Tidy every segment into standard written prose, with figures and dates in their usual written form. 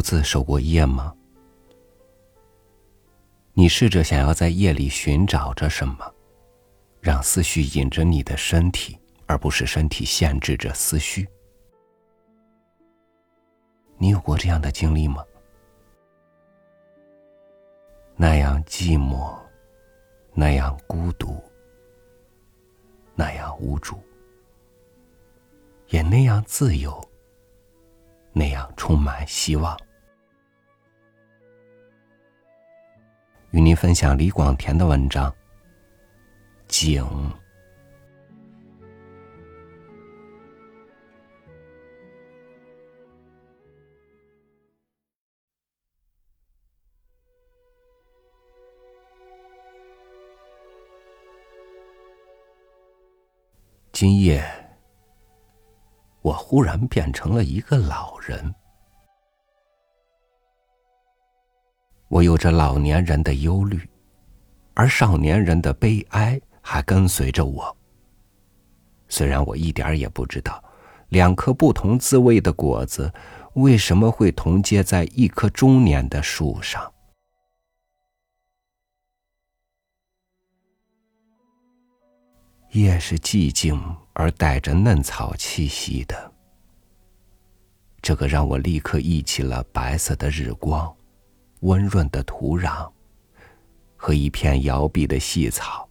自守过夜吗？你试着想要在夜里寻找着什么，让思绪引着你的身体，而不是身体限制着思绪。你有过这样的经历吗？那样寂寞，那样孤独，那样无助，也那样自由，那样充满希望。与您分享李广田的文章《景》。今夜，我忽然变成了一个老人。我有着老年人的忧虑，而少年人的悲哀还跟随着我。虽然我一点也不知道，两颗不同滋味的果子为什么会同结在一棵中年的树上。夜是寂静而带着嫩草气息的，这个让我立刻忆起了白色的日光，温润的土壤和一片摇臂的细草。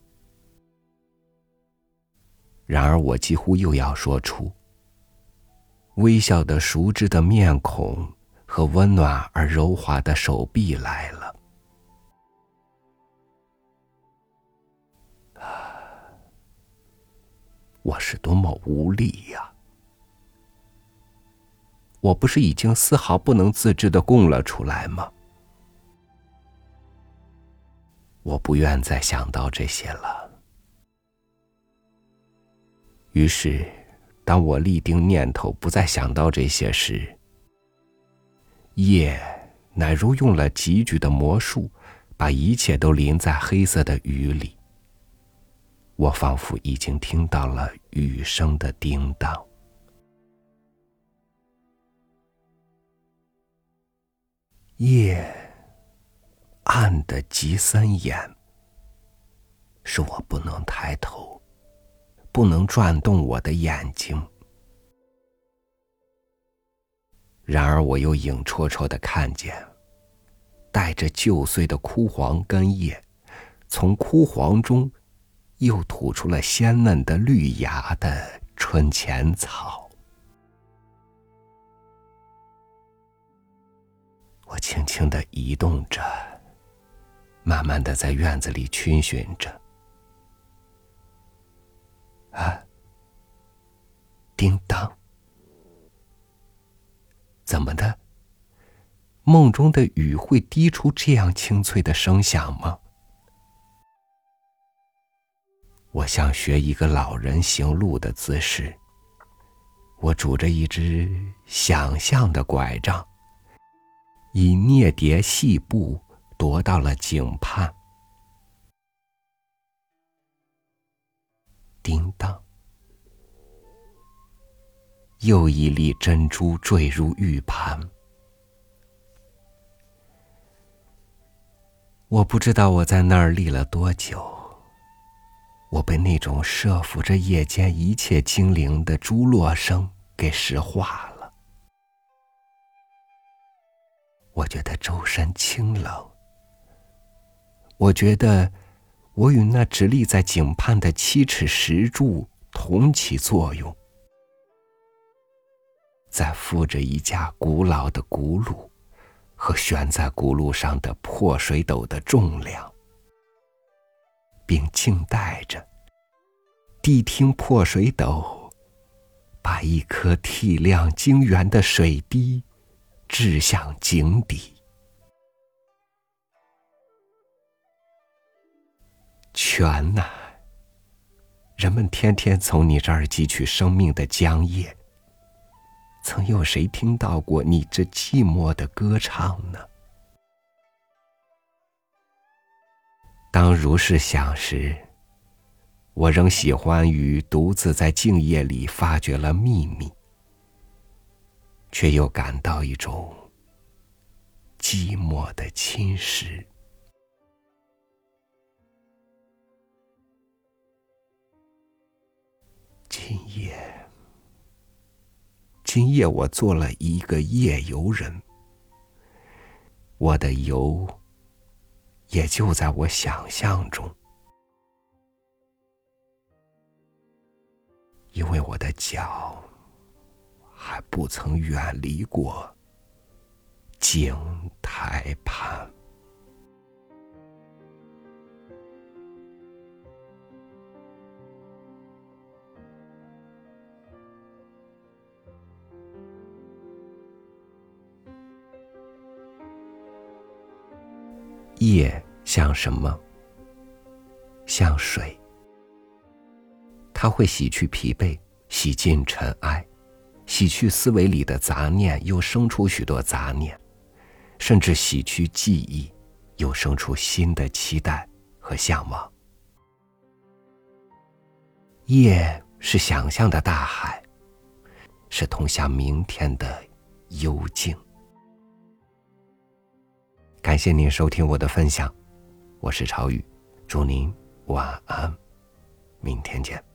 然而我几乎又要说出微笑的熟知的面孔和温暖而柔滑的手臂来了。我是多么无力呀！我不是已经丝毫不能自制地供了出来吗？我不愿再想到这些了。于是，当我立定念头不再想到这些时，夜乃如用了极具的魔术，把一切都淋在黑色的雨里。我仿佛已经听到了雨声的叮当。夜暗得极森严，使我不能抬头，不能转动我的眼睛。然而我又影绰绰地看见，带着旧岁的枯黄根叶，从枯黄中又吐出了鲜嫩的绿芽的春前草。我轻轻地移动着，慢慢地在院子里逡巡着。叮当，怎么的？梦中的雨会滴出这样清脆的声响吗？我像学一个老人行路的姿势，我拄着一只想象的拐杖，以蹑蝶细步踱到了井畔。叮当，又一粒珍珠坠入玉盘。我不知道我在那儿立了多久，我被那种摄服着夜间一切精灵的珠落声给石化了。我觉得周身清冷，我觉得我与那直立在井畔的7尺石柱同起作用，在负着一架古老的轱辘和悬在轱辘上的破水斗的重量，并静待着谛听破水斗把一颗剔亮晶圆的水滴掷向井底。泉呐，人们天天从你这儿汲取生命的浆液，曾有谁听到过你这寂寞的歌唱呢？当如是想时，我仍喜欢于独自在静夜里发掘了秘密，却又感到一种寂寞的侵蚀。今夜我做了一个夜游人，我的游也就在我想象中，因为我的脚还不曾远离过井台畔。夜像什么？像水，它会洗去疲惫，洗尽尘埃，洗去思维里的杂念，又生出许多杂念，甚至洗去记忆，又生出新的期待和向往。夜是想象的大海，是通向明天的幽静。感谢您收听我的分享，我是朝雨，祝您晚安，明天见。